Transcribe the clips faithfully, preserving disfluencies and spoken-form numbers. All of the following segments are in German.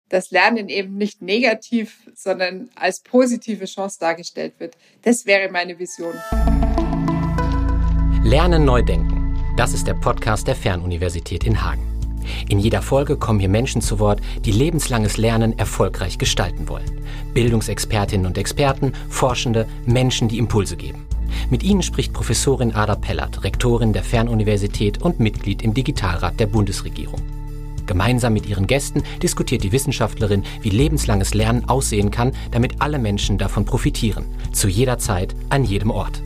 dass Lernen eben nicht negativ, sondern als positive Chance dargestellt wird. Das wäre meine Vision. Lernen neu denken. Das ist der Podcast der Fernuniversität in Hagen. In jeder Folge kommen hier Menschen zu Wort, die lebenslanges Lernen erfolgreich gestalten wollen. Bildungsexpertinnen und Experten, Forschende, Menschen, die Impulse geben. Mit ihnen spricht Professorin Ada Pellert, Rektorin der Fernuniversität und Mitglied im Digitalrat der Bundesregierung. Gemeinsam mit ihren Gästen diskutiert die Wissenschaftlerin, wie lebenslanges Lernen aussehen kann, damit alle Menschen davon profitieren. Zu jeder Zeit, an jedem Ort.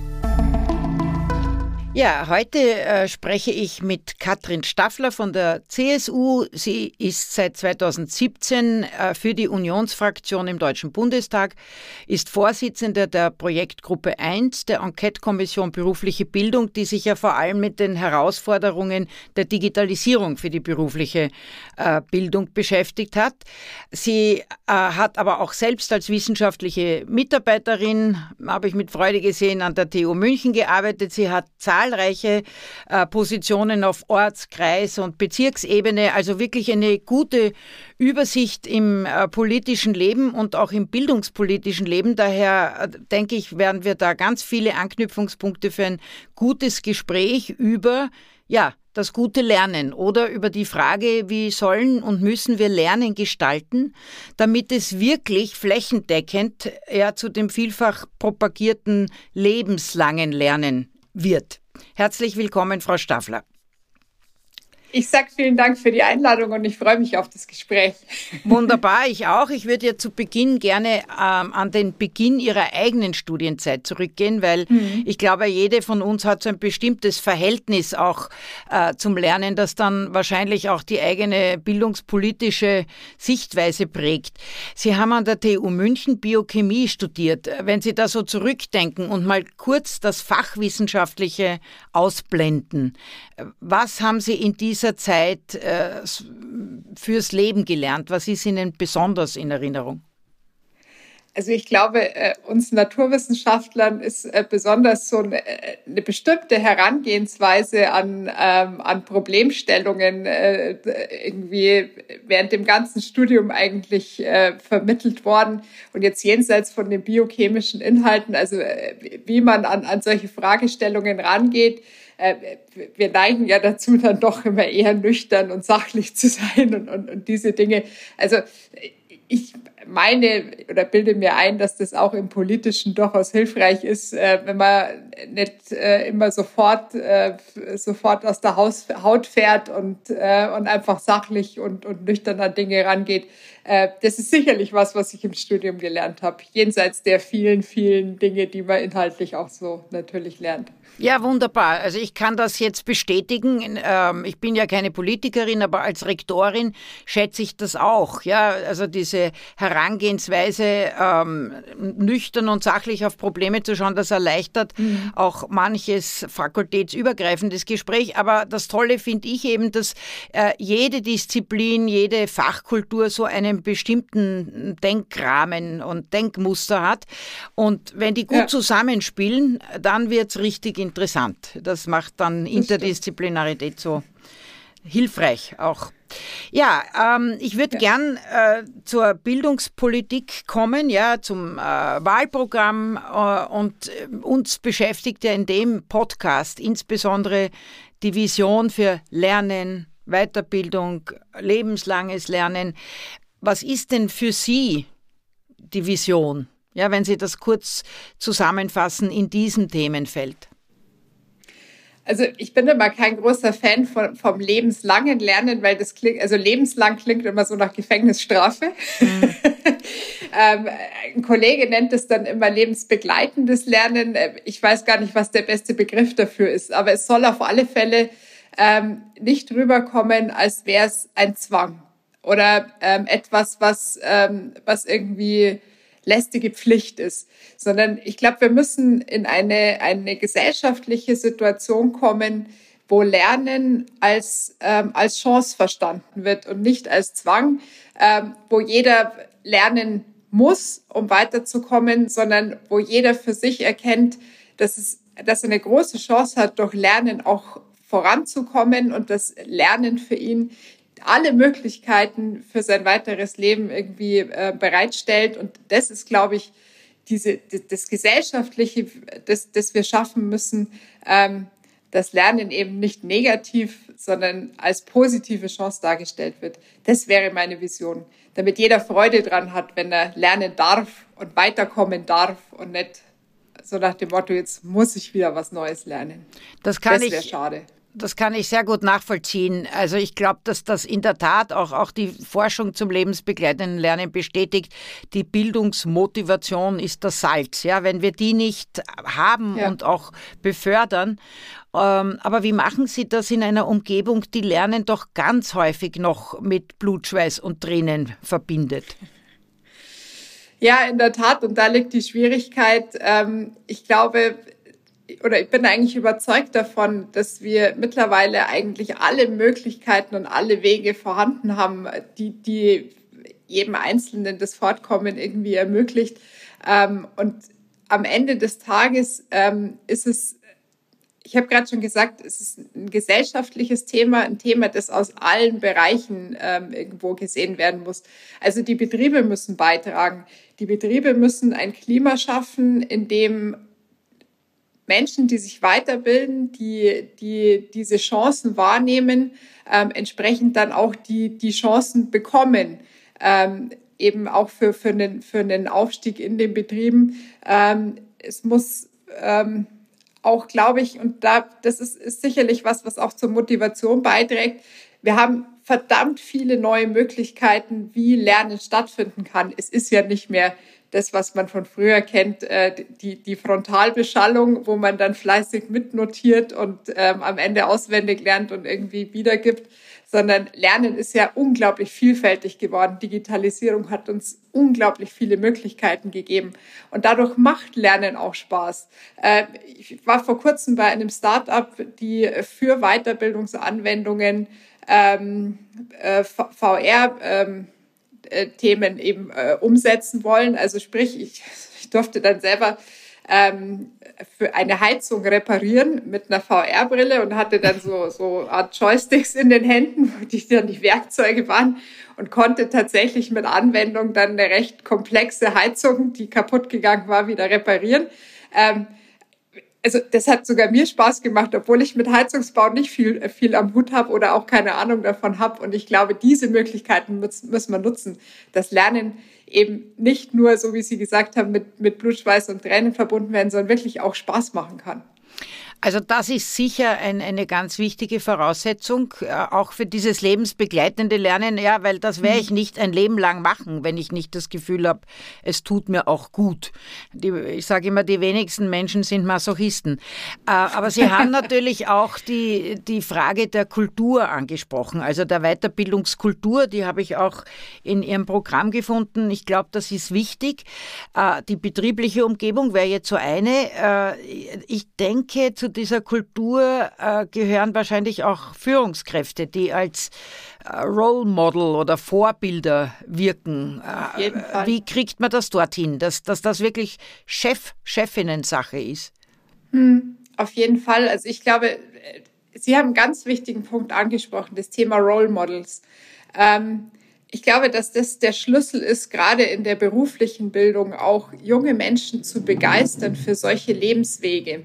Ja, heute äh, spreche ich mit Katrin Staffler von der C S U. Sie ist seit zweitausendsiebzehn äh, für die Unionsfraktion im Deutschen Bundestag, ist Vorsitzende der Projektgruppe eins der Enquete-Kommission Berufliche Bildung, die sich ja vor allem mit den Herausforderungen der Digitalisierung für die berufliche äh, Bildung beschäftigt hat. Sie äh, hat aber auch selbst als wissenschaftliche Mitarbeiterin, habe ich mit Freude gesehen, an der T U München gearbeitet. Sie hat zahlreiche zahlreiche äh, Positionen auf Orts-, Kreis- und Bezirksebene, also wirklich eine gute Übersicht im äh, politischen Leben und auch im bildungspolitischen Leben. Daher äh, denke ich, werden wir da ganz viele Anknüpfungspunkte für ein gutes Gespräch über, ja, das gute Lernen oder über die Frage, wie sollen und müssen wir Lernen gestalten, damit es wirklich flächendeckend ja, zu dem vielfach propagierten lebenslangen Lernen wird. Herzlich willkommen, Frau Staffler. Ich sage vielen Dank für die Einladung und ich freue mich auf das Gespräch. Wunderbar, ich auch. Ich würde ja zu Beginn gerne ähm, an den Beginn Ihrer eigenen Studienzeit zurückgehen, weil mhm. ich glaube, jede von uns hat so ein bestimmtes Verhältnis auch äh, zum Lernen, das dann wahrscheinlich auch die eigene bildungspolitische Sichtweise prägt. Sie haben an der T U München Biochemie studiert. Wenn Sie da so zurückdenken und mal kurz das Fachwissenschaftliche ausblenden, was haben Sie in dieser Zeit äh, fürs Leben gelernt? Was ist Ihnen besonders in Erinnerung? Also ich glaube, äh, uns Naturwissenschaftlern ist äh, besonders so eine, eine bestimmte Herangehensweise an, ähm, an Problemstellungen äh, irgendwie während dem ganzen Studium eigentlich äh, vermittelt worden. Und jetzt jenseits von den biochemischen Inhalten, also äh, wie man an, an solche Fragestellungen rangeht. Wir neigen ja dazu, dann doch immer eher nüchtern und sachlich zu sein und, und, und diese Dinge. Also ich meine oder bilde mir ein, dass das auch im Politischen durchaus hilfreich ist, wenn man nicht immer sofort, sofort aus der Haut fährt und, und einfach sachlich und, und nüchtern an Dinge rangeht. Das ist sicherlich was, was ich im Studium gelernt habe, jenseits der vielen, vielen Dinge, die man inhaltlich auch so natürlich lernt. Ja, wunderbar. Also ich kann das jetzt bestätigen. Ich bin ja keine Politikerin, aber als Rektorin schätze ich das auch. Ja, also diese Herangehensweise, ähm, nüchtern und sachlich auf Probleme zu schauen, das erleichtert mhm. auch manches fakultätsübergreifendes Gespräch. Aber das Tolle finde ich eben, dass äh, jede Disziplin, jede Fachkultur so einen bestimmten Denkrahmen und Denkmuster hat. Und wenn die gut ja. zusammenspielen, dann wird's richtig interessant. Das macht dann Interdisziplinarität so hilfreich auch. Ja, ähm, ich würde ja. gern äh, zur Bildungspolitik kommen, ja, zum äh, Wahlprogramm äh, und äh, uns beschäftigt ja in dem Podcast insbesondere die Vision für Lernen, Weiterbildung, lebenslanges Lernen. Was ist denn für Sie die Vision? Ja, wenn Sie das kurz zusammenfassen in diesem Themenfeld. Also ich bin immer kein großer Fan von, vom lebenslangen Lernen, weil das klingt, also lebenslang klingt immer so nach Gefängnisstrafe. Mhm. ähm, ein Kollege nennt es dann immer lebensbegleitendes Lernen. Ich weiß gar nicht, was der beste Begriff dafür ist, aber es soll auf alle Fälle ähm, nicht rüberkommen, als wäre es ein Zwang oder ähm, etwas, was, ähm, was irgendwie lästige Pflicht ist, sondern ich glaube, wir müssen in eine, eine gesellschaftliche Situation kommen, wo Lernen als, ähm, als Chance verstanden wird und nicht als Zwang, ähm, wo jeder lernen muss, um weiterzukommen, sondern wo jeder für sich erkennt, dass es, dass er eine große Chance hat, durch Lernen auch voranzukommen und das Lernen für ihn alle Möglichkeiten für sein weiteres Leben irgendwie äh, bereitstellt. Und das ist, glaube ich, diese, das, das Gesellschaftliche, das, das wir schaffen müssen, ähm, dass Lernen eben nicht negativ, sondern als positive Chance dargestellt wird. Das wäre meine Vision, damit jeder Freude dran hat, wenn er lernen darf und weiterkommen darf und nicht so nach dem Motto, jetzt muss ich wieder was Neues lernen. Das kann das wäre ich, schade. Das kann ich sehr gut nachvollziehen. Also ich glaube, dass das in der Tat auch, auch die Forschung zum lebensbegleitenden Lernen bestätigt. Die Bildungsmotivation ist das Salz. Ja, wenn wir die nicht haben ja. und auch befördern. Ähm, aber wie machen Sie das in einer Umgebung, die Lernen doch ganz häufig noch mit Blut, Schweiß und Tränen verbindet? Ja, in der Tat. Und da liegt die Schwierigkeit. Ähm, ich glaube, oder ich bin eigentlich überzeugt davon, dass wir mittlerweile eigentlich alle Möglichkeiten und alle Wege vorhanden haben, die, die jedem Einzelnen das Fortkommen irgendwie ermöglicht. Und am Ende des Tages ist es, ich habe gerade schon gesagt, es ist ein gesellschaftliches Thema, ein Thema, das aus allen Bereichen irgendwo gesehen werden muss. Also die Betriebe müssen beitragen. Die Betriebe müssen ein Klima schaffen, in dem Menschen, die sich weiterbilden, die, die diese Chancen wahrnehmen, ähm, entsprechend dann auch die, die Chancen bekommen, ähm, eben auch für, für, einen, für einen Aufstieg in den Betrieben. Ähm, es muss ähm, auch, glaube ich, und da, das ist, ist sicherlich was, was auch zur Motivation beiträgt. Wir haben verdammt viele neue Möglichkeiten, wie Lernen stattfinden kann. Es ist ja nicht mehr das, was man von früher kennt, äh, die, die Frontalbeschallung, wo man dann fleißig mitnotiert und ähm, am Ende auswendig lernt und irgendwie wiedergibt, sondern Lernen ist ja unglaublich vielfältig geworden. Digitalisierung hat uns unglaublich viele Möglichkeiten gegeben und dadurch macht Lernen auch Spaß. Äh, ich war vor kurzem bei einem Start-up, die für Weiterbildungsanwendungen ähm, äh, V R ähm, Themen eben äh, umsetzen wollen. Also sprich, ich, ich durfte dann selber ähm, für eine Heizung reparieren mit einer V R-Brille und hatte dann so so Art Joysticks in den Händen, die dann die Werkzeuge waren und konnte tatsächlich mit Anwendung dann eine recht komplexe Heizung, die kaputt gegangen war, wieder reparieren. Ähm, Also das hat sogar mir Spaß gemacht, obwohl ich mit Heizungsbau nicht viel, viel am Hut habe oder auch keine Ahnung davon habe. Und ich glaube, diese Möglichkeiten müssen, müssen wir nutzen. Das Lernen eben nicht nur, so wie Sie gesagt haben, mit, mit Blut, Schweiß und Tränen verbunden werden, sondern wirklich auch Spaß machen kann. Also das ist sicher ein, eine ganz wichtige Voraussetzung, äh, auch für dieses lebensbegleitende Lernen, ja, weil das werde ich nicht ein Leben lang machen, wenn ich nicht das Gefühl habe, es tut mir auch gut. Die, ich sage immer, die wenigsten Menschen sind Masochisten. Äh, aber Sie haben natürlich auch die, die Frage der Kultur angesprochen, also der Weiterbildungskultur, die habe ich auch in Ihrem Programm gefunden. Ich glaube, das ist wichtig. Äh, die betriebliche Umgebung wäre jetzt so eine. Äh, ich denke, zu dieser Kultur äh, gehören wahrscheinlich auch Führungskräfte, die als äh, Role Model oder Vorbilder wirken. Auf jeden Fall. Wie kriegt man das dorthin, dass, dass das wirklich Chef, Chefinnen-Sache ist? Hm, auf jeden Fall. Also ich glaube, Sie haben einen ganz wichtigen Punkt angesprochen, das Thema Role Models. Ähm, ich glaube, dass das der Schlüssel ist, gerade in der beruflichen Bildung auch junge Menschen zu begeistern für solche Lebenswege.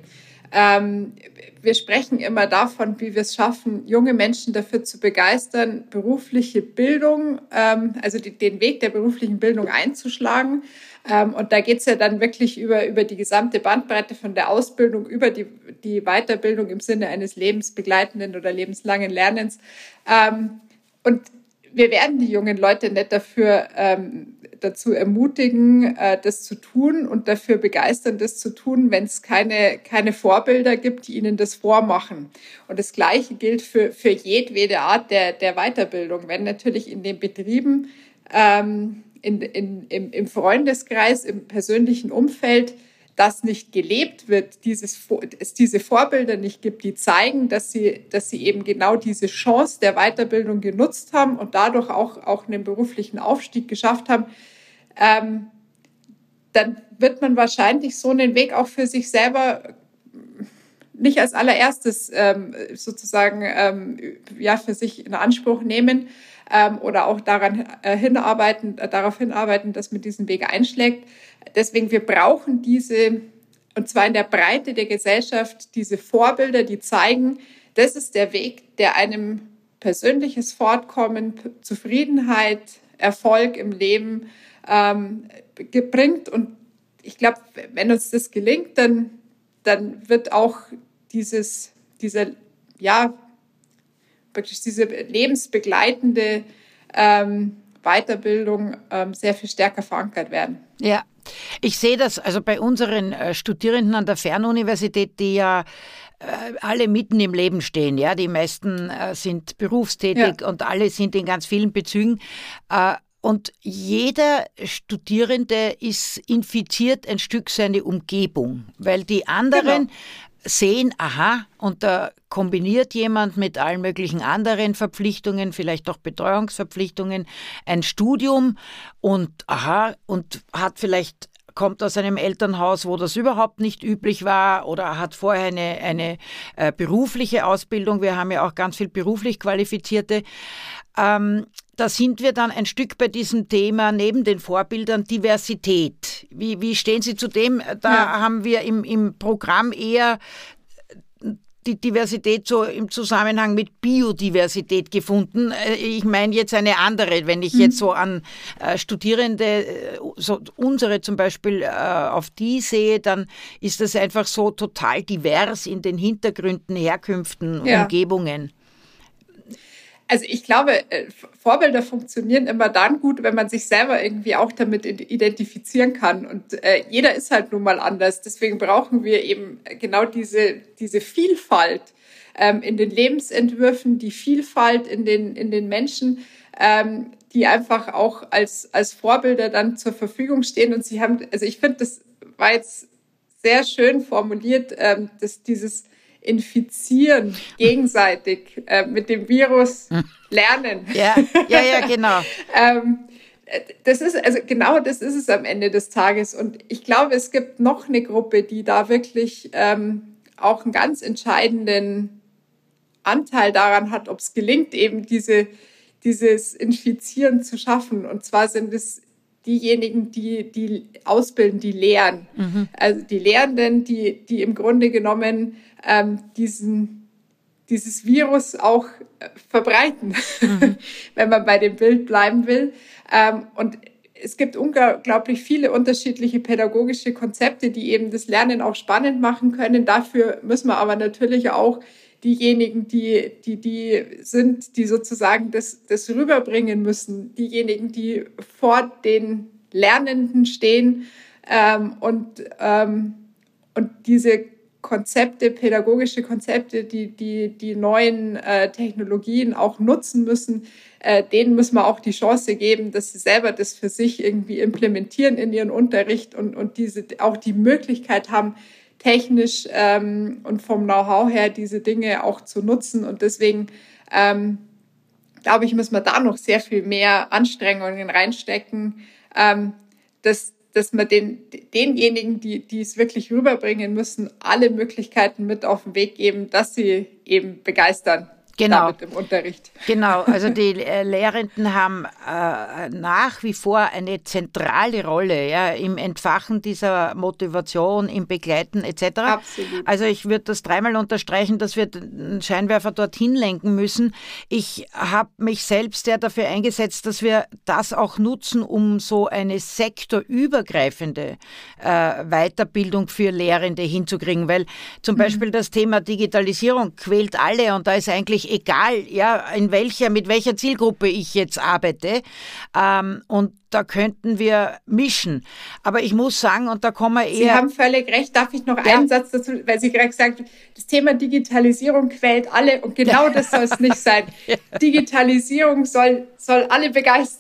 Ähm, wir sprechen immer davon, wie wir es schaffen, junge Menschen dafür zu begeistern, berufliche Bildung, ähm, also die, den Weg der beruflichen Bildung einzuschlagen. Ähm, und da geht es ja dann wirklich über, über die gesamte Bandbreite von der Ausbildung, über die, die Weiterbildung im Sinne eines lebensbegleitenden oder lebenslangen Lernens. Ähm, und wir werden die jungen Leute nicht dafür ähm, dazu ermutigen, äh, das zu tun und dafür begeistern, das zu tun, wenn es keine, keine Vorbilder gibt, die ihnen das vormachen. Und das Gleiche gilt für, für jedwede Art der, der Weiterbildung. Wenn natürlich in den Betrieben, ähm, in, in, im, im Freundeskreis, im persönlichen Umfeld das nicht gelebt wird, dieses, es diese Vorbilder nicht gibt, die zeigen, dass sie, dass sie eben genau diese Chance der Weiterbildung genutzt haben und dadurch auch, auch einen beruflichen Aufstieg geschafft haben, ähm, dann wird man wahrscheinlich so einen Weg auch für sich selber nicht als allererstes ähm, sozusagen ähm, ja für sich in Anspruch nehmen ähm, oder auch daran äh, hinarbeiten, äh, darauf hinarbeiten, dass man diesen Weg einschlägt. Deswegen, wir brauchen diese, und zwar in der Breite der Gesellschaft, diese Vorbilder, die zeigen, das ist der Weg, der einem persönliches Fortkommen, Zufriedenheit, Erfolg im Leben ähm, bringt. Und ich glaube, wenn uns das gelingt, dann, dann wird auch dieses, diese, ja, wirklich diese lebensbegleitende ähm, Weiterbildung ähm, sehr viel stärker verankert werden. Ja, ich sehe das also bei unseren äh, Studierenden an der Fernuniversität, die ja äh, alle mitten im Leben stehen. Ja, die meisten äh, sind berufstätig, ja, und alle sind in ganz vielen Bezügen. Äh, Und jeder Studierende ist infiziert ein Stück seine Umgebung, weil die anderen genau. sehen, aha, und da kombiniert jemand mit allen möglichen anderen Verpflichtungen, vielleicht auch Betreuungsverpflichtungen, ein Studium und aha, und hat vielleicht, kommt aus einem Elternhaus, wo das überhaupt nicht üblich war, oder hat vorher eine, eine äh, berufliche Ausbildung. Wir haben ja auch ganz viel beruflich Qualifizierte. Ähm, Da sind wir dann ein Stück bei diesem Thema neben den Vorbildern Diversität. Wie, wie stehen Sie zu dem? Da ja. haben wir im, im Programm eher die Diversität so im Zusammenhang mit Biodiversität gefunden. Ich meine jetzt eine andere, wenn ich mhm. jetzt so an äh, Studierende, so unsere zum Beispiel, äh, auf die sehe, dann ist das einfach so total divers in den Hintergründen, Herkünften, ja. Umgebungen. Also ich glaube, Vorbilder funktionieren immer dann gut, wenn man sich selber irgendwie auch damit identifizieren kann. Und äh, jeder ist halt nun mal anders. Deswegen brauchen wir eben genau diese, diese Vielfalt ähm, in den Lebensentwürfen, die Vielfalt in den, in den Menschen, ähm, die einfach auch als, als Vorbilder dann zur Verfügung stehen. Und sie haben, also ich finde, das war jetzt sehr schön formuliert, ähm, dass dieses Infizieren gegenseitig äh, mit dem Virus lernen. Ja, ja, ja, genau. ähm, das ist, also genau das ist es am Ende des Tages. Und ich glaube, es gibt noch eine Gruppe, die da wirklich ähm, auch einen ganz entscheidenden Anteil daran hat, ob es gelingt, eben diese, dieses Infizieren zu schaffen. Und zwar sind es diejenigen, die, die ausbilden, die lehren. Mhm. Also die Lehrenden, die, die im Grunde genommen ähm, diesen, dieses Virus auch äh, verbreiten, mhm. wenn man bei dem Bild bleiben will. Ähm, und es gibt unglaublich viele unterschiedliche pädagogische Konzepte, die eben das Lernen auch spannend machen können. Dafür müssen wir aber natürlich auch diejenigen, die, die, die sind, die sozusagen das, das rüberbringen müssen, diejenigen, die vor den Lernenden stehen ähm, und, ähm, und diese Konzepte, pädagogische Konzepte, die, die, die neuen äh, Technologien auch nutzen müssen, äh, denen müssen wir auch die Chance geben, dass sie selber das für sich irgendwie implementieren in ihren Unterricht und, und diese auch die Möglichkeit haben, technisch ähm, und vom Know-how her diese Dinge auch zu nutzen. Und deswegen, ähm, glaube ich, müssen wir da noch sehr viel mehr Anstrengungen reinstecken, ähm, dass, dass wir den, denjenigen, die, die es wirklich rüberbringen müssen, alle Möglichkeiten mit auf den Weg geben, dass sie eben begeistern. Genau. Damit im Unterricht. Genau, also die äh, Lehrenden haben äh, nach wie vor eine zentrale Rolle, ja, im Entfachen dieser Motivation, im Begleiten et cetera. Absolut. Also ich würde das dreimal unterstreichen, dass wir den Scheinwerfer dorthin lenken müssen. Ich habe mich selbst ja dafür eingesetzt, dass wir das auch nutzen, um so eine sektorübergreifende äh, Weiterbildung für Lehrende hinzukriegen, weil zum mhm. Beispiel das Thema Digitalisierung quält alle und da ist eigentlich egal, ja, in welcher, mit welcher Zielgruppe ich jetzt arbeite. Ähm, und da könnten wir mischen. Aber ich muss sagen, und da kommen wir eher... Sie haben völlig recht. Darf ich noch ja. einen Satz dazu, weil Sie gerade gesagt haben, das Thema Digitalisierung quält alle und genau das soll es nicht sein. Ja. Digitalisierung soll, soll alle begeistern.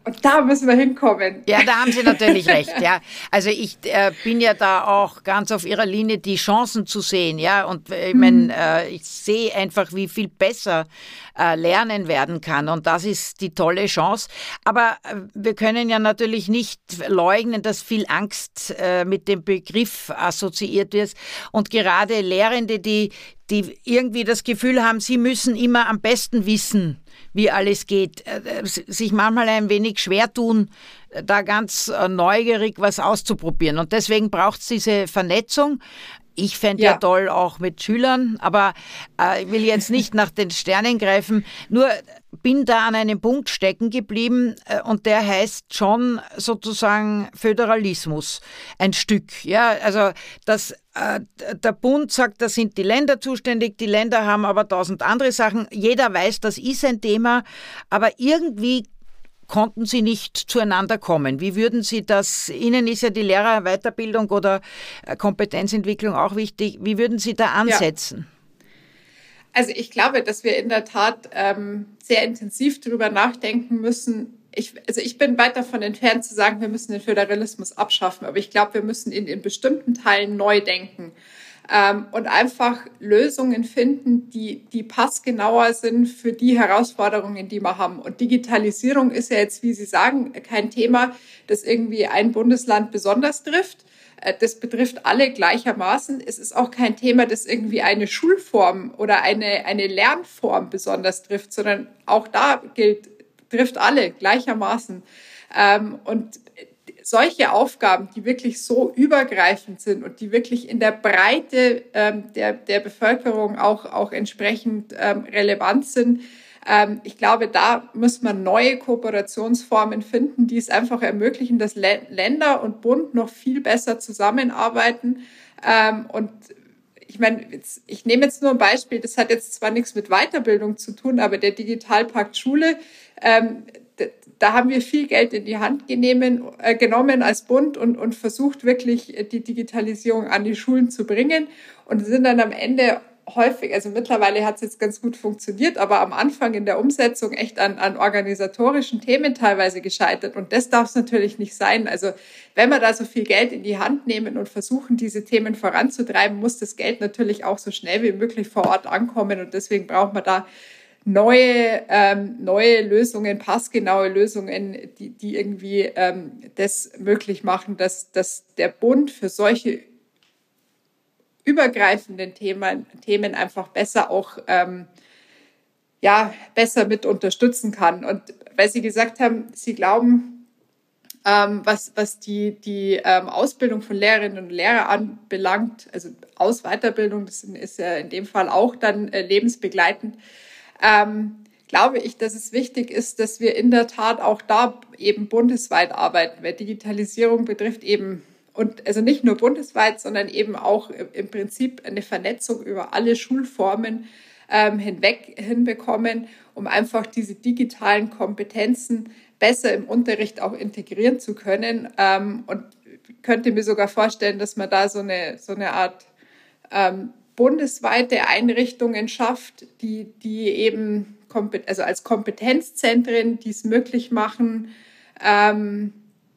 Und da müssen wir hinkommen. Ja, da haben Sie natürlich recht. Ja, also ich äh, bin ja da auch ganz auf Ihrer Linie, die Chancen zu sehen. Ja, und ich meine, äh, ich sehe einfach, wie viel besser äh, lernen werden kann. Und das ist die tolle Chance. Aber äh, wir können ja natürlich nicht leugnen, dass viel Angst äh, mit dem Begriff assoziiert wird. Und gerade Lehrende, die die irgendwie das Gefühl haben, sie müssen immer am besten wissen, wie alles geht, sich manchmal ein wenig schwer tun, da ganz neugierig was auszuprobieren. Und deswegen braucht es diese Vernetzung. Ich fände ja. ja toll auch mit Schülern, aber äh, ich will jetzt nicht nach den Sternen greifen. Nur bin da an einem Punkt stecken geblieben äh, und der heißt schon sozusagen Föderalismus, ein Stück. Ja, also das, äh, der Bund sagt, da sind die Länder zuständig, die Länder haben aber tausend andere Sachen. Jeder weiß, das ist ein Thema, aber irgendwie konnten Sie nicht zueinander kommen. Wie würden Sie das, Ihnen ist ja die Lehrerweiterbildung oder Kompetenzentwicklung auch wichtig, wie würden Sie da ansetzen? Ja. Also ich glaube, dass wir in der Tat ähm, sehr intensiv darüber nachdenken müssen. Ich, also ich bin weit davon entfernt zu sagen, wir müssen den Föderalismus abschaffen, aber ich glaube, wir müssen ihn in bestimmten Teilen neu denken. Ähm, und einfach Lösungen finden, die, die passgenauer sind für die Herausforderungen, die wir haben. Und Digitalisierung ist ja jetzt, wie Sie sagen, kein Thema, das irgendwie ein Bundesland besonders trifft. Äh, das betrifft alle gleichermaßen. Es ist auch kein Thema, das irgendwie eine Schulform oder eine, eine Lernform besonders trifft, sondern auch da gilt, trifft alle gleichermaßen. Ähm, und solche Aufgaben, die wirklich so übergreifend sind und die wirklich in der Breite ähm, der, der Bevölkerung auch, auch entsprechend ähm, relevant sind, ähm, ich glaube, da muss man neue Kooperationsformen finden, die es einfach ermöglichen, dass L- Länder und Bund noch viel besser zusammenarbeiten. Ähm, und ich meine, jetzt, ich nehme jetzt nur ein Beispiel, das hat jetzt zwar nichts mit Weiterbildung zu tun, aber der Digitalpakt Schule, ähm, da haben wir viel Geld in die Hand genehmen, äh, genommen als Bund und, und versucht wirklich die Digitalisierung an die Schulen zu bringen und sind dann am Ende häufig, also mittlerweile hat es jetzt ganz gut funktioniert, aber am Anfang in der Umsetzung echt an, an organisatorischen Themen teilweise gescheitert und das darf es natürlich nicht sein. Also wenn wir da so viel Geld in die Hand nehmen und versuchen, diese Themen voranzutreiben, muss das Geld natürlich auch so schnell wie möglich vor Ort ankommen und deswegen braucht man da neue, ähm, neue Lösungen, passgenaue Lösungen, die, die irgendwie ähm, das möglich machen, dass, dass der Bund für solche übergreifenden Themen, Themen einfach besser auch ähm, ja, besser mit unterstützen kann. Und weil Sie gesagt haben, Sie glauben, ähm, was, was die, die ähm, Ausbildung von Lehrerinnen und Lehrern anbelangt, also Aus- Weiterbildung, das ist ja in dem Fall auch dann äh, lebensbegleitend, Ähm, glaube ich, dass es wichtig ist, dass wir in der Tat auch da eben bundesweit arbeiten, weil Digitalisierung betrifft eben, und also nicht nur bundesweit, sondern eben auch im Prinzip eine Vernetzung über alle Schulformen ähm, hinweg hinbekommen, um einfach diese digitalen Kompetenzen besser im Unterricht auch integrieren zu können. Ähm, und könnte mir sogar vorstellen, dass man da so eine, so eine Art ähm, bundesweite Einrichtungen schafft, die, die eben also als Kompetenzzentren, die es möglich machen, ähm,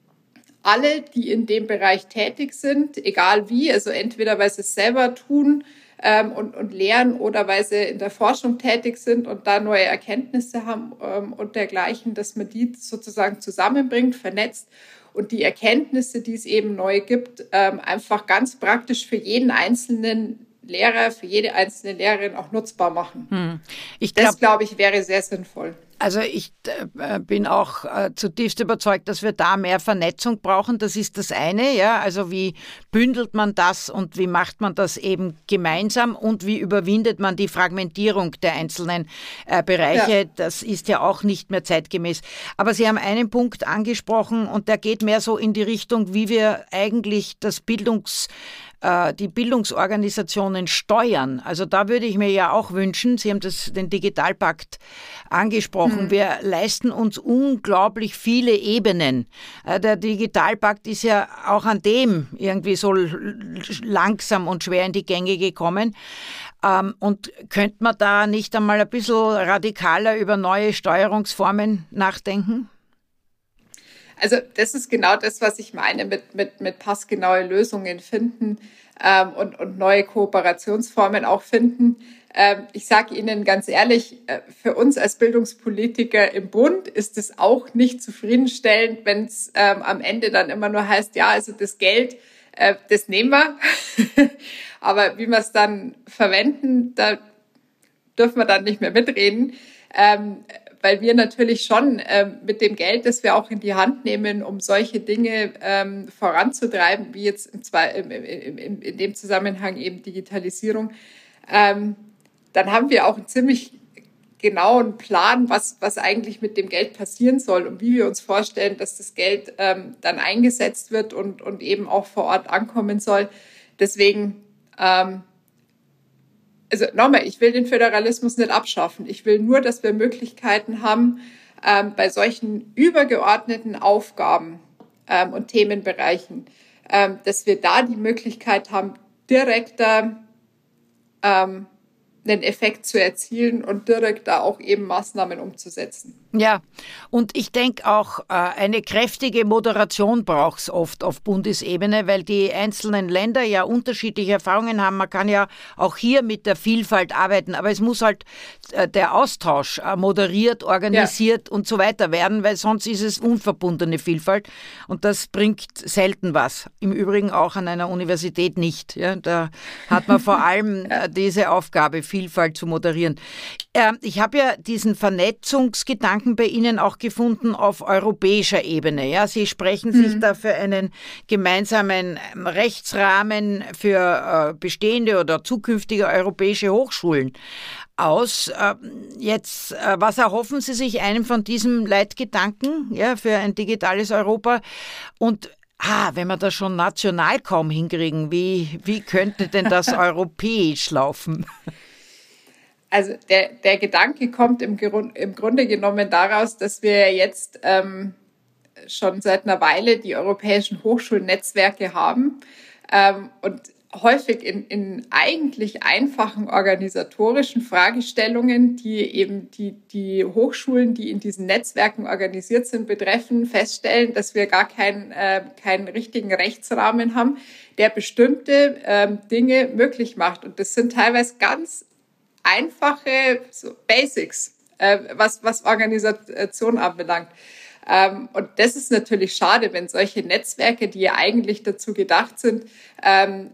alle, die in dem Bereich tätig sind, egal wie, also entweder weil sie es selber tun ähm, und, und lehren oder weil sie in der Forschung tätig sind und da neue Erkenntnisse haben ähm, und dergleichen, dass man die sozusagen zusammenbringt, vernetzt und die Erkenntnisse, die es eben neu gibt, ähm, einfach ganz praktisch für jeden einzelnen Lehrer, für jede einzelne Lehrerin auch nutzbar machen. Hm. Ich glaub, das, glaube ich, wäre sehr sinnvoll. Also ich äh, bin auch äh, zutiefst überzeugt, dass wir da mehr Vernetzung brauchen. Das ist das eine, ja. Also wie bündelt man das und wie macht man das eben gemeinsam und wie überwindet man die Fragmentierung der einzelnen äh, Bereiche? Ja. Das ist ja auch nicht mehr zeitgemäß. Aber Sie haben einen Punkt angesprochen und der geht mehr so in die Richtung, wie wir eigentlich das Bildungs die Bildungsorganisationen steuern. Also da würde ich mir ja auch wünschen, Sie haben das, den Digitalpakt angesprochen, mhm. wir leisten uns unglaublich viele Ebenen. Der Digitalpakt ist ja auch an dem irgendwie so langsam und schwer in die Gänge gekommen. Und könnte man da nicht einmal ein bisschen radikaler über neue Steuerungsformen nachdenken? Also das ist genau das, was ich meine mit, mit, mit passgenaue Lösungen finden ähm, und, und neue Kooperationsformen auch finden. Ähm, ich sage Ihnen ganz ehrlich, äh, für uns als Bildungspolitiker im Bund ist es auch nicht zufriedenstellend, wenn es ähm, am Ende dann immer nur heißt, ja, also das Geld, äh, das nehmen wir. Aber wie wir es dann verwenden, da dürfen wir dann nicht mehr mitreden. Ähm, weil wir natürlich schon ähm, mit dem Geld, das wir auch in die Hand nehmen, um solche Dinge ähm, voranzutreiben, wie jetzt im, im, im, im, in dem Zusammenhang eben Digitalisierung, ähm, dann haben wir auch einen ziemlich genauen Plan, was, was eigentlich mit dem Geld passieren soll und wie wir uns vorstellen, dass das Geld ähm, dann eingesetzt wird und, und eben auch vor Ort ankommen soll. Deswegen ähm, Also nochmal, ich will den Föderalismus nicht abschaffen. Ich will nur, dass wir Möglichkeiten haben, ähm, bei solchen übergeordneten Aufgaben ähm, und Themenbereichen, ähm, dass wir da die Möglichkeit haben, direkter ähm, einen Effekt zu erzielen und direkt da auch eben Maßnahmen umzusetzen. Ja, und ich denke auch, eine kräftige Moderation braucht es oft auf Bundesebene, weil die einzelnen Länder ja unterschiedliche Erfahrungen haben. Man kann ja auch hier mit der Vielfalt arbeiten, aber es muss halt der Austausch moderiert, organisiert ja. und so weiter werden, weil sonst ist es unverbundene Vielfalt und das bringt selten was. Im Übrigen auch an einer Universität nicht. Ja, da hat man vor allem ja. diese Aufgabe, Vielfalt zu moderieren. Ich habe ja diesen Vernetzungsgedanken bei Ihnen auch gefunden auf europäischer Ebene. Ja, Sie sprechen sich mhm. da für einen gemeinsamen Rechtsrahmen für äh, bestehende oder zukünftige europäische Hochschulen aus. Äh, jetzt, äh, was erhoffen Sie sich einem von diesem Leitgedanken, ja, für ein digitales Europa? Und Ah, wenn wir das schon national kaum hinkriegen, wie, wie könnte denn das europäisch laufen? Also der, der Gedanke kommt im, Grund, im Grunde genommen daraus, dass wir jetzt ähm, schon seit einer Weile die europäischen Hochschulnetzwerke haben ähm, und häufig in, in eigentlich einfachen organisatorischen Fragestellungen, die eben die, die Hochschulen, die in diesen Netzwerken organisiert sind, betreffen, feststellen, dass wir gar keinen, äh, keinen richtigen Rechtsrahmen haben, der bestimmte ähm, Dinge möglich macht. Und das sind teilweise ganz einfache so Basics, äh, was, was Organisation anbelangt. Ähm, und das ist natürlich schade, wenn solche Netzwerke, die ja eigentlich dazu gedacht sind, ähm,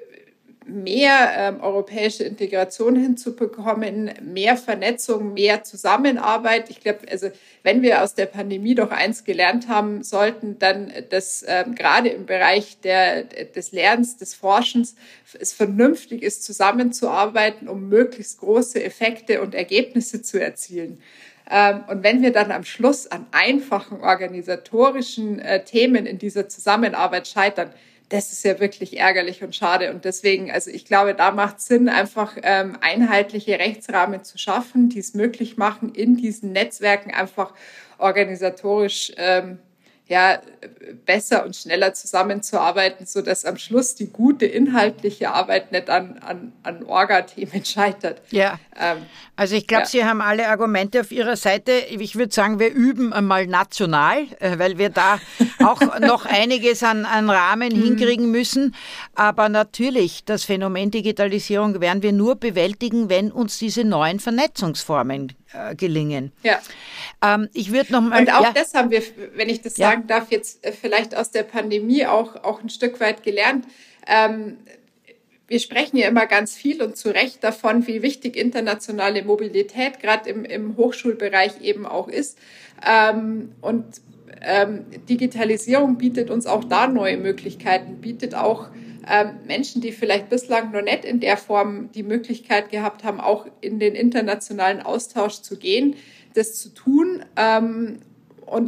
mehr ähm, europäische Integration hinzubekommen, mehr Vernetzung, mehr Zusammenarbeit. Ich glaube, also wenn wir aus der Pandemie doch eins gelernt haben sollten, dann, dass ähm, gerade im Bereich der, des Lernens, des Forschens es vernünftig ist, zusammenzuarbeiten, um möglichst große Effekte und Ergebnisse zu erzielen. Ähm, und wenn wir dann am Schluss an einfachen organisatorischen äh, Themen in dieser Zusammenarbeit scheitern, das ist ja wirklich ärgerlich und schade. Und deswegen, also ich glaube, da macht es Sinn, einfach ähm, einheitliche Rechtsrahmen zu schaffen, die es möglich machen, in diesen Netzwerken einfach organisatorisch ähm, ja, besser und schneller zusammenzuarbeiten, sodass am Schluss die gute inhaltliche Arbeit nicht an, an, an Orga-Themen scheitert. Ja, ähm, also ich glaube, ja. Sie haben alle Argumente auf Ihrer Seite. Ich würde sagen, wir üben einmal national, weil wir da auch noch einiges an, an Rahmen mhm. hinkriegen müssen. Aber natürlich, das Phänomen Digitalisierung werden wir nur bewältigen, wenn uns diese neuen Vernetzungsformen äh, gelingen. Ja. Ähm, ich würde noch mal, Und auch ja. das haben wir, wenn ich das ja. sagen darf, jetzt vielleicht aus der Pandemie auch, auch ein Stück weit gelernt. Ähm, wir sprechen ja immer ganz viel und zu Recht davon, wie wichtig internationale Mobilität gerade im, im Hochschulbereich eben auch ist. Ähm, und ähm, Digitalisierung bietet uns auch da neue Möglichkeiten, bietet auch ähm, Menschen, die vielleicht bislang noch nicht in der Form die Möglichkeit gehabt haben, auch in den internationalen Austausch zu gehen, das zu tun. Ähm, und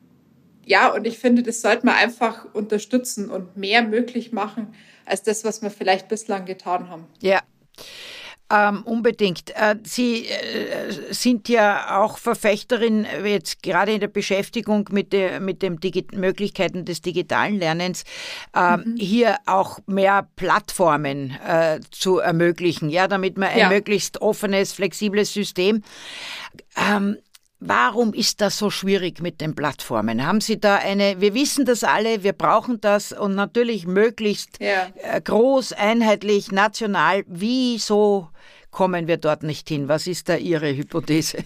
ja, und ich finde, das sollte man einfach unterstützen und mehr möglich machen, als das, was wir vielleicht bislang getan haben. Ja, ähm, unbedingt. Äh, Sie äh, sind ja auch Verfechterin, jetzt gerade in der Beschäftigung mit, der, mit den Digi- Möglichkeiten des digitalen Lernens, äh, mhm. hier auch mehr Plattformen äh, zu ermöglichen, ja, damit man ein ja. möglichst offenes, flexibles System ähm, Warum ist das so schwierig mit den Plattformen? Haben Sie da eine, wir wissen das alle, wir brauchen das und natürlich möglichst ja. groß, einheitlich, national. Wieso kommen wir dort nicht hin? Was ist da Ihre Hypothese?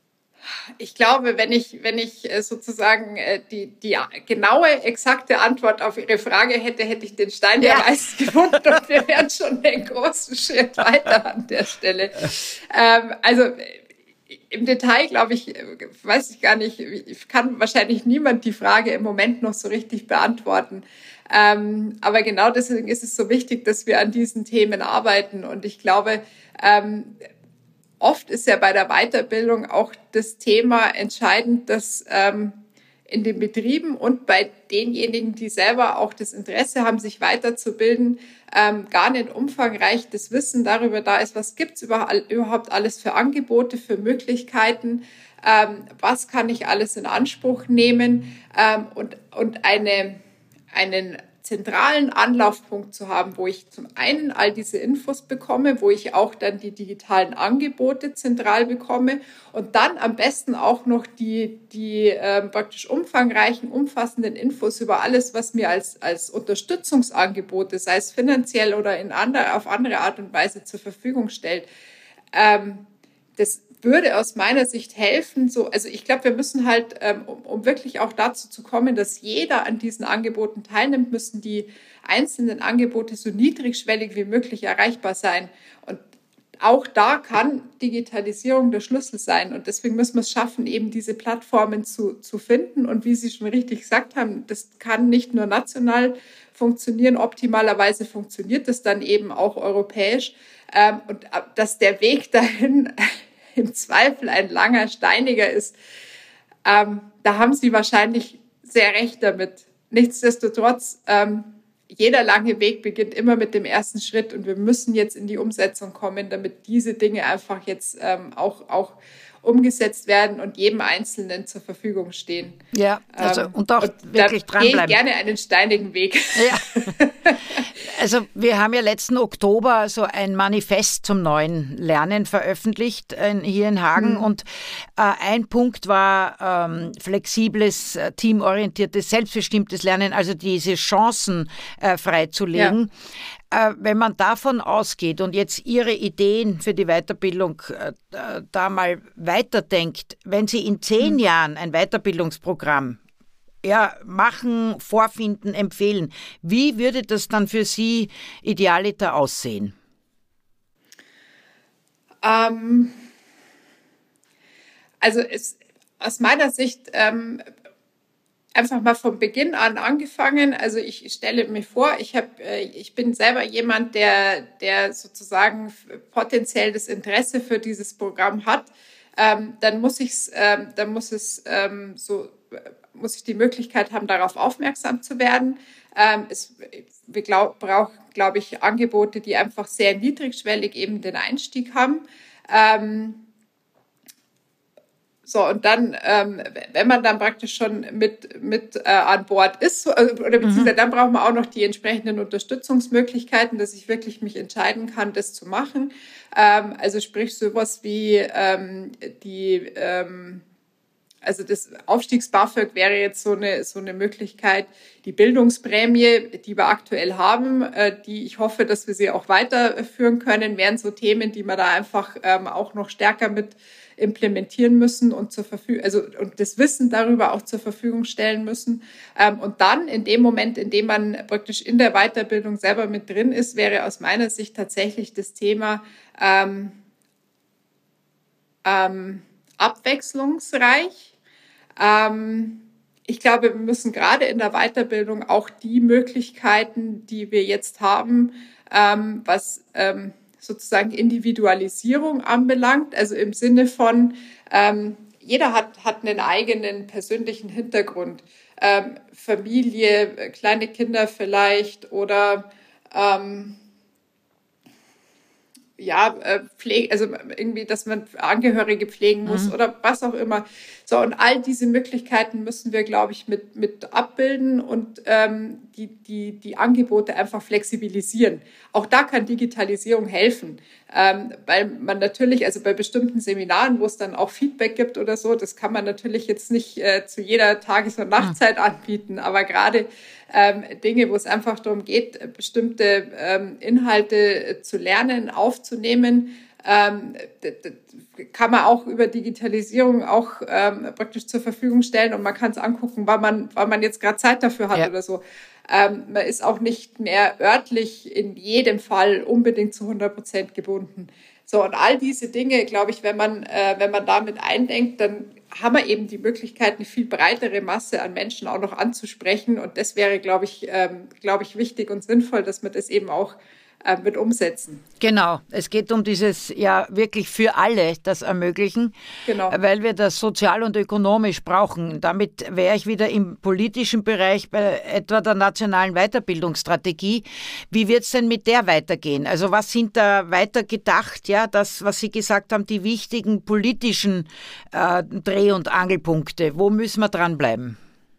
Ich glaube, wenn ich, wenn ich sozusagen die, die genaue, exakte Antwort auf Ihre Frage hätte, hätte ich den Stein der Weisen gefunden und wir wären schon einen großen Schritt weiter an der Stelle. Ähm, also im Detail, glaube ich, weiß ich gar nicht, kann wahrscheinlich niemand die Frage im Moment noch so richtig beantworten. Ähm, aber genau deswegen ist es so wichtig, dass wir an diesen Themen arbeiten. Und ich glaube, ähm, oft ist ja bei der Weiterbildung auch das Thema entscheidend, dass ähm, in den Betrieben und bei denjenigen, die selber auch das Interesse haben, sich weiterzubilden, ähm, gar nicht umfangreich das Wissen darüber da ist, was gibt's überhaupt alles für Angebote, für Möglichkeiten, ähm, was kann ich alles in Anspruch nehmen ähm, und, und eine, einen zentralen Anlaufpunkt zu haben, wo ich zum einen all diese Infos bekomme, wo ich auch dann die digitalen Angebote zentral bekomme und dann am besten auch noch die, die äh, praktisch umfangreichen, umfassenden Infos über alles, was mir als, als Unterstützungsangebote, sei es finanziell oder in andere, auf andere Art und Weise zur Verfügung stellt. Ähm, das würde aus meiner Sicht helfen. So, also ich glaube, wir müssen halt, ähm, um, um wirklich auch dazu zu kommen, dass jeder an diesen Angeboten teilnimmt, müssen die einzelnen Angebote so niedrigschwellig wie möglich erreichbar sein. Und auch da kann Digitalisierung der Schlüssel sein. Und deswegen müssen wir es schaffen, eben diese Plattformen zu, zu finden. Und wie Sie schon richtig gesagt haben, das kann nicht nur national funktionieren. Optimalerweise funktioniert das dann eben auch europäisch. Ähm, und dass der Weg dahin im Zweifel ein langer, steiniger ist, ähm, da haben Sie wahrscheinlich sehr recht damit. Nichtsdestotrotz, ähm, jeder lange Weg beginnt immer mit dem ersten Schritt und wir müssen jetzt in die Umsetzung kommen, damit diese Dinge einfach jetzt ähm, auch, auch umgesetzt werden und jedem Einzelnen zur Verfügung stehen. Ja, also ähm, und auch und wirklich dranbleiben. Da gehe ich gerne einen steinigen Weg. Ja. Also wir haben ja letzten Oktober so ein Manifest zum neuen Lernen veröffentlicht äh, hier in Hagen mhm. und äh, ein Punkt war ähm, flexibles, äh, teamorientiertes, selbstbestimmtes Lernen, also diese Chancen äh, freizulegen. Ja. Äh, wenn man davon ausgeht und jetzt Ihre Ideen für die Weiterbildung äh, da mal weiterdenkt, wenn Sie in zehn mhm. Jahren ein Weiterbildungsprogramm ja, machen, vorfinden, empfehlen. Wie würde das dann für Sie idealiter aussehen? Ähm, also es, aus meiner Sicht ähm, einfach mal von Beginn an angefangen. Also ich stelle mir vor, ich, hab, ich bin selber jemand, der, der sozusagen potenziell das Interesse für dieses Programm hat. Ähm, dann muss ich's, ähm, dann muss es ähm, so muss ich die Möglichkeit haben, darauf aufmerksam zu werden. Ähm, es, wir glaub, brauchen, glaube ich, Angebote, die einfach sehr niedrigschwellig eben den Einstieg haben. Ähm, so, und dann, ähm, wenn man dann praktisch schon mit, mit äh, an Bord ist, oder beziehungsweise mhm. dann braucht man auch noch die entsprechenden Unterstützungsmöglichkeiten, dass ich wirklich mich entscheiden kann, das zu machen. Ähm, also sprich sowas wie ähm, die ähm, Also das Aufstiegs-BAföG wäre jetzt so eine, so eine Möglichkeit, die Bildungsprämie, die wir aktuell haben, äh, die ich hoffe, dass wir sie auch weiterführen können, wären so Themen, die wir da einfach ähm, auch noch stärker mit implementieren müssen und zur Verfügung, also und das Wissen darüber auch zur Verfügung stellen müssen. Ähm, und dann in dem Moment, in dem man praktisch in der Weiterbildung selber mit drin ist, wäre aus meiner Sicht tatsächlich das Thema ähm, ähm, abwechslungsreich. Ähm, ich glaube, wir müssen gerade in der Weiterbildung auch die Möglichkeiten, die wir jetzt haben, ähm, was ähm, sozusagen Individualisierung anbelangt, also im Sinne von, ähm, jeder hat, hat einen eigenen persönlichen Hintergrund, ähm, Familie, kleine Kinder vielleicht oder ähm, ja, Pflege, also irgendwie, dass man Angehörige pflegen muss mhm. oder was auch immer. So, und all diese Möglichkeiten müssen wir, glaube ich, mit, mit abbilden und ähm, die, die, die Angebote einfach flexibilisieren. Auch da kann Digitalisierung helfen, ähm, weil man natürlich, also bei bestimmten Seminaren, wo es dann auch Feedback gibt oder so, das kann man natürlich jetzt nicht äh, zu jeder Tages- und Nachtzeit anbieten, aber gerade ähm, Dinge, wo es einfach darum geht, bestimmte ähm, Inhalte zu lernen, aufzunehmen, ähm, kann man auch über Digitalisierung auch ähm, praktisch zur Verfügung stellen und man kann es angucken, weil man, weil man jetzt gerade Zeit dafür hat ja. oder so. Ähm, man ist auch nicht mehr örtlich in jedem Fall unbedingt zu hundert Prozent gebunden. So, und all diese Dinge, glaube ich, wenn man, äh, wenn man damit eindenkt, dann haben wir eben die Möglichkeit, eine viel breitere Masse an Menschen auch noch anzusprechen. Und das wäre, glaube ich, ähm, glaube ich, wichtig und sinnvoll, dass wir das eben auch mit umsetzen. Genau, es geht um dieses ja wirklich für alle das ermöglichen, genau. weil wir das sozial und ökonomisch brauchen. Damit wäre ich wieder im politischen Bereich bei etwa der nationalen Weiterbildungsstrategie. Wie wird es denn mit der weitergehen? Also was sind da weiter gedacht? Ja, das, was Sie gesagt haben, die wichtigen politischen äh, Dreh- und Angelpunkte. Wo müssen wir dranbleiben?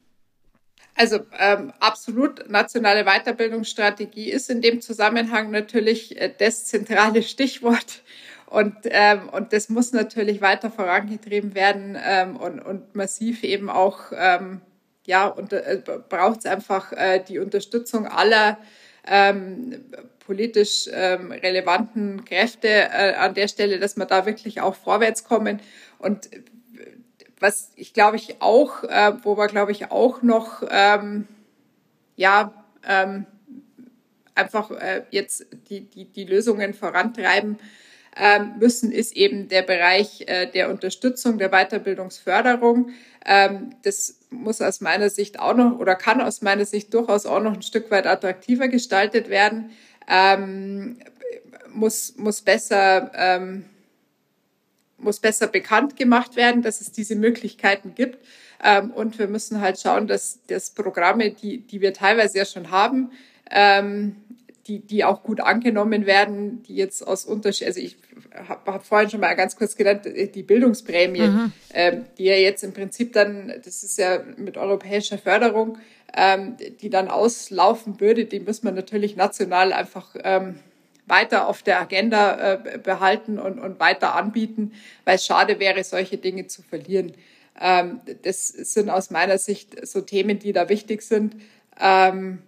Also ähm, absolut, nationale Weiterbildungsstrategie ist in dem Zusammenhang natürlich äh, das zentrale Stichwort. Und, ähm, und das muss natürlich weiter vorangetrieben werden ähm, und, und massiv eben auch, ähm, ja, und, äh, braucht es einfach äh, die Unterstützung aller ähm, politisch ähm, relevanten Kräfte äh, an der Stelle, dass wir da wirklich auch vorwärts kommen. Und was ich glaube ich auch, äh, wo wir glaube ich auch noch, ähm, ja, ähm, einfach äh, jetzt die, die, die Lösungen vorantreiben ähm, müssen, ist eben der Bereich äh, der Unterstützung, der Weiterbildungsförderung. Ähm, das muss aus meiner Sicht auch noch oder kann aus meiner Sicht durchaus auch noch ein Stück weit attraktiver gestaltet werden, ähm, muss, muss besser, ähm, muss besser bekannt gemacht werden, dass es diese Möglichkeiten gibt. Ähm, und wir müssen halt schauen, dass, dass Programme, die, die wir teilweise ja schon haben, ähm, die, die auch gut angenommen werden, die jetzt aus Unterschied, also ich habe hab vorhin schon mal ganz kurz genannt, die Bildungsprämie, mhm. ähm, die ja jetzt im Prinzip dann, das ist ja mit europäischer Förderung, ähm, die dann auslaufen würde, die muss man natürlich national einfach ähm, weiter auf der Agenda äh, behalten und, und weiter anbieten, weil es schade wäre, solche Dinge zu verlieren. Ähm, das sind aus meiner Sicht so Themen, die da wichtig sind, ähm,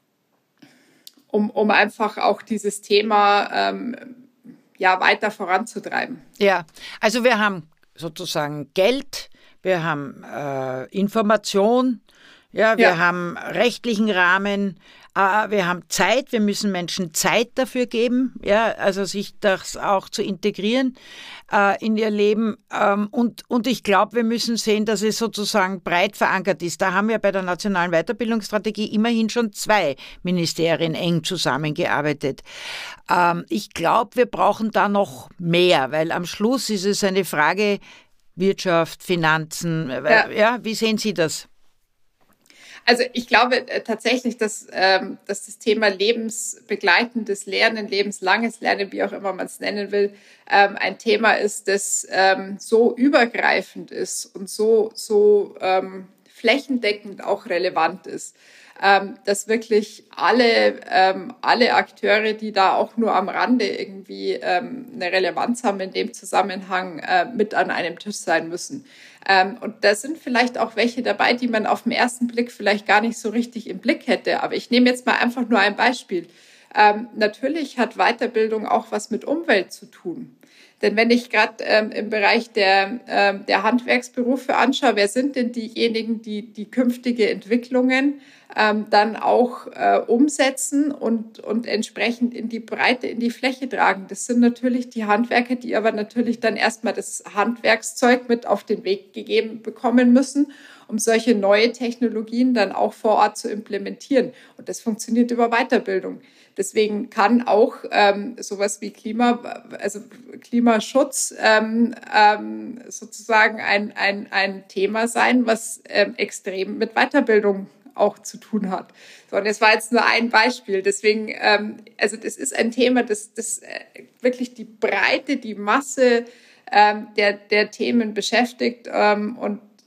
um, um einfach auch dieses Thema ähm, ja, weiter voranzutreiben. Ja, also wir haben sozusagen Geld, wir haben äh, Information, ja, wir ja. haben rechtlichen Rahmen, äh, wir haben Zeit, wir müssen Menschen Zeit dafür geben, ja, also sich das auch zu integrieren äh, in ihr Leben. Ähm, und, und ich glaube, wir müssen sehen, dass es sozusagen breit verankert ist. Da haben wir bei der Nationalen Weiterbildungsstrategie immerhin schon zwei Ministerien eng zusammengearbeitet. Ähm, ich glaube, wir brauchen da noch mehr, weil am Schluss ist es eine Frage Wirtschaft, Finanzen. Ja, ja wie sehen Sie das? Also ich glaube äh, tatsächlich, dass, ähm, dass das Thema lebensbegleitendes Lernen, lebenslanges Lernen, wie auch immer man es nennen will, ähm, ein Thema ist, das ähm, so übergreifend ist und so, so ähm, flächendeckend auch relevant ist, ähm, dass wirklich alle, ähm, alle Akteure, die da auch nur am Rande irgendwie ähm, eine Relevanz haben in dem Zusammenhang, äh, mit an einem Tisch sein müssen. Ähm, und da sind vielleicht auch welche dabei, die man auf den ersten Blick vielleicht gar nicht so richtig im Blick hätte. Aber ich nehme jetzt mal einfach nur ein Beispiel. Ähm, natürlich hat Weiterbildung auch was mit Umwelt zu tun. Denn wenn ich gerade ähm, im Bereich der, ähm, der Handwerksberufe anschaue, wer sind denn diejenigen, die die künftige Entwicklungen ähm, dann auch äh, umsetzen und, und entsprechend in die Breite, in die Fläche tragen? Das sind natürlich die Handwerker, die aber natürlich dann erstmal das Handwerkszeug mit auf den Weg gegeben bekommen müssen, um solche neue Technologien dann auch vor Ort zu implementieren. Und das funktioniert über Weiterbildung. Deswegen kann auch ähm, sowas wie Klima, also Klimaschutz ähm, ähm, sozusagen ein, ein, ein Thema sein, was ähm, extrem mit Weiterbildung auch zu tun hat. So, und das war jetzt nur ein Beispiel. Deswegen, ähm, also das ist ein Thema, das, das äh, wirklich die Breite, die Masse ähm, der, der Themen beschäftigt ähm, und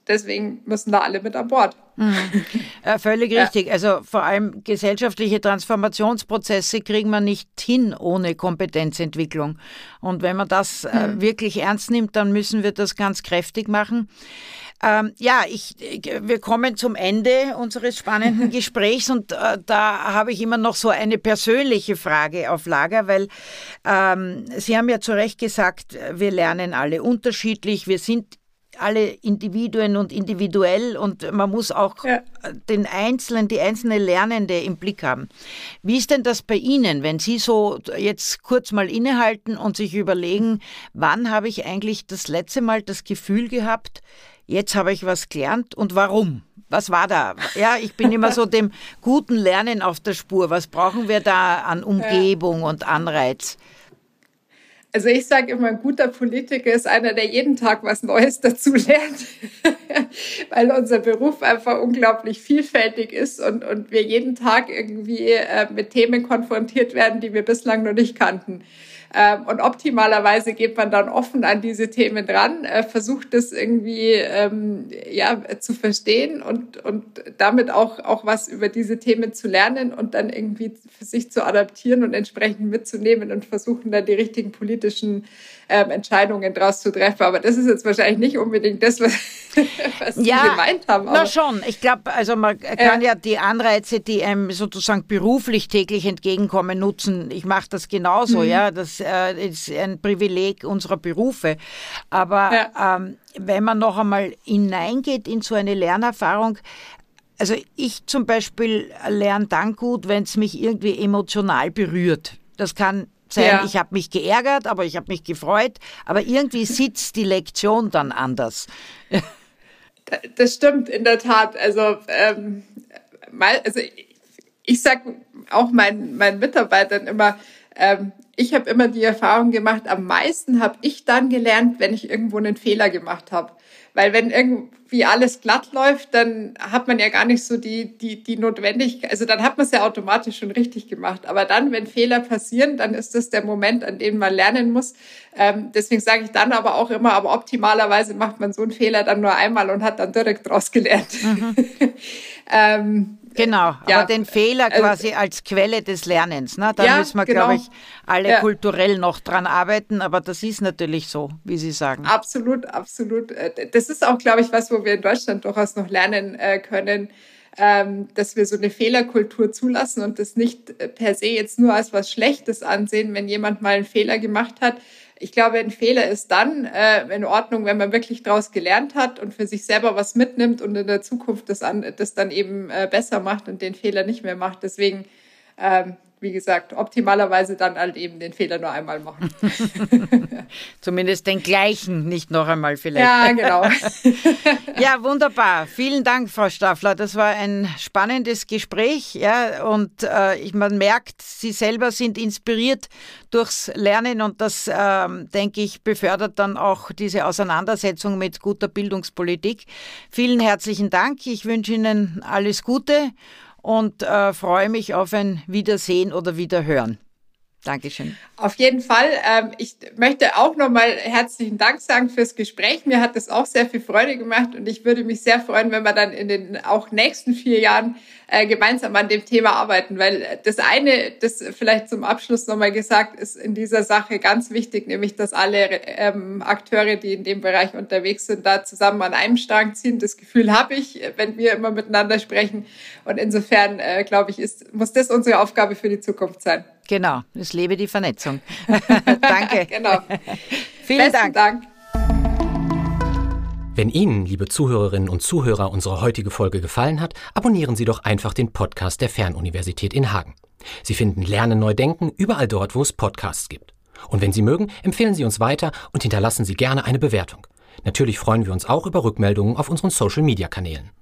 deswegen müssen da alle mit an Bord. Mhm. Äh, völlig Ja. richtig. Also vor allem gesellschaftliche Transformationsprozesse kriegen wir nicht hin ohne Kompetenzentwicklung. Und wenn man das äh, Mhm. wirklich ernst nimmt, dann müssen wir das ganz kräftig machen. Ähm, ja, ich, wir kommen zum Ende unseres spannenden Gesprächs und äh, da habe ich immer noch so eine persönliche Frage auf Lager, weil ähm, Sie haben ja zu Recht gesagt, wir lernen alle unterschiedlich, wir sind alle Individuen und individuell und man muss auch Ja. den Einzelnen, die einzelne Lernende im Blick haben. Wie ist denn das bei Ihnen, wenn Sie so jetzt kurz mal innehalten und sich überlegen, wann habe ich eigentlich das letzte Mal das Gefühl gehabt, jetzt habe ich was gelernt und warum? Was war da? Ja, ich bin immer so dem guten Lernen auf der Spur. Was brauchen wir da an Umgebung und Anreiz? Also ich sage immer, ein guter Politiker ist einer, der jeden Tag was Neues dazu lernt, weil unser Beruf einfach unglaublich vielfältig ist und, und wir jeden Tag irgendwie äh, mit Themen konfrontiert werden, die wir bislang noch nicht kannten. Ähm, und optimalerweise geht man dann offen an diese Themen ran, äh, versucht es irgendwie ähm, ja, zu verstehen und, und damit auch, auch was über diese Themen zu lernen und dann irgendwie für sich zu adaptieren und entsprechend mitzunehmen und versuchen dann die richtigen politischen ähm, Entscheidungen daraus zu treffen. Aber das ist jetzt wahrscheinlich nicht unbedingt das, was, was Sie Ja, gemeint haben. Na Aber schon. Ich glaube, also man kann ja die Anreize, die einem sozusagen beruflich täglich entgegenkommen, nutzen. Ich mache das genauso, Mhm. ja. Das äh, ist ein Privileg unserer Berufe. Aber Ja. ähm, wenn man noch einmal hineingeht in so eine Lernerfahrung, also ich zum Beispiel lerne dann gut, wenn es mich irgendwie emotional berührt. Das kann sein, Ja. ich habe mich geärgert, aber ich habe mich gefreut. Aber irgendwie sitzt die Lektion dann anders. Das stimmt in der Tat. Also, ähm, mal, also ich, ich sage auch meinen, meinen Mitarbeitern immer, ähm, ich habe immer die Erfahrung gemacht, am meisten habe ich dann gelernt, wenn ich irgendwo einen Fehler gemacht habe. Weil wenn irgendwie alles glatt läuft, dann hat man ja gar nicht so die, die, die Notwendigkeit, also dann hat man es ja automatisch schon richtig gemacht. Aber dann, wenn Fehler passieren, dann ist das der Moment, an dem man lernen muss. Ähm, deswegen sage ich dann aber auch immer, aber optimalerweise macht man so einen Fehler dann nur einmal und hat dann direkt draus gelernt. Mhm. ähm, Genau, ja, aber den Fehler also, quasi als Quelle des Lernens, ne? Da ja, müssen wir, genau. glaube ich, alle Ja. kulturell noch dran arbeiten, aber das ist natürlich so, wie Sie sagen. Absolut, absolut. Das ist auch, glaube ich, was, wo wir in Deutschland durchaus noch lernen äh, können, ähm, dass wir so eine Fehlerkultur zulassen und das nicht per se jetzt nur als was Schlechtes ansehen, wenn jemand mal einen Fehler gemacht hat. Ich glaube, ein Fehler ist dann äh, in Ordnung, wenn man wirklich daraus gelernt hat und für sich selber was mitnimmt und in der Zukunft das, an, das dann eben äh, besser macht und den Fehler nicht mehr macht. Deswegen, ähm, wie gesagt, optimalerweise dann halt eben den Fehler nur einmal machen. Zumindest den gleichen, nicht noch einmal vielleicht. Ja, genau. Ja, wunderbar. Vielen Dank, Frau Staffler. Das war ein spannendes Gespräch. Ja, und äh, ich, man merkt, Sie selber sind inspiriert durchs Lernen und das, ähm, denke ich, befördert dann auch diese Auseinandersetzung mit guter Bildungspolitik. Vielen herzlichen Dank. Ich wünsche Ihnen alles Gute und äh, freue mich auf ein Wiedersehen oder Wiederhören. Dankeschön. Auf jeden Fall. Ähm, ich möchte auch nochmal herzlichen Dank sagen fürs Gespräch. Mir hat das auch sehr viel Freude gemacht und ich würde mich sehr freuen, wenn wir dann in den auch nächsten vier Jahren äh, gemeinsam an dem Thema arbeiten, weil das eine, das vielleicht zum Abschluss nochmal gesagt, ist in dieser Sache ganz wichtig, nämlich, dass alle ähm, Akteure, die in dem Bereich unterwegs sind, da zusammen an einem Strang ziehen. Das Gefühl habe ich, wenn wir immer miteinander sprechen und insofern, äh, glaube ich, ist, muss das unsere Aufgabe für die Zukunft sein. Genau, es lebe die Vernetzung. Danke. Genau. Vielen Besten Dank. Dank. Wenn Ihnen, liebe Zuhörerinnen und Zuhörer, unsere heutige Folge gefallen hat, abonnieren Sie doch einfach den Podcast der Fernuniversität in Hagen. Sie finden Lernen neu denken überall dort, wo es Podcasts gibt. Und wenn Sie mögen, empfehlen Sie uns weiter und hinterlassen Sie gerne eine Bewertung. Natürlich freuen wir uns auch über Rückmeldungen auf unseren Social-Media-Kanälen.